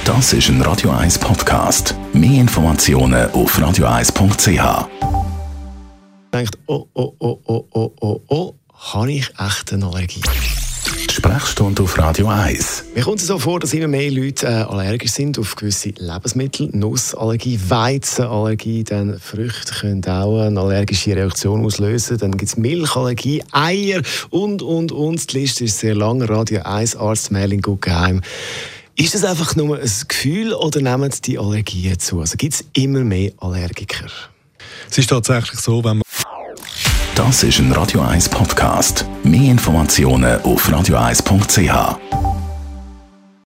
Das ist ein Radio 1 Podcast. Mehr Informationen auf radio1.ch. Denkt, habe ich echt eine Allergie? Die Sprechstunde auf Radio 1. Mir kommt es so vor, dass immer mehr Leute allergisch sind auf gewisse Lebensmittel. Nussallergie, Weizenallergie, dann Früchte können auch eine allergische Reaktion auslösen. Dann gibt es Milchallergie, Eier und. Die Liste ist sehr lang. Radio 1 Arzt Merlin Guggenheim. Ist das einfach nur ein Gefühl oder nehmen die Allergien zu? Also gibt es immer mehr Allergiker? Es ist tatsächlich so, wenn man... Das ist ein Radio 1 Podcast. Mehr Informationen auf radio1.ch.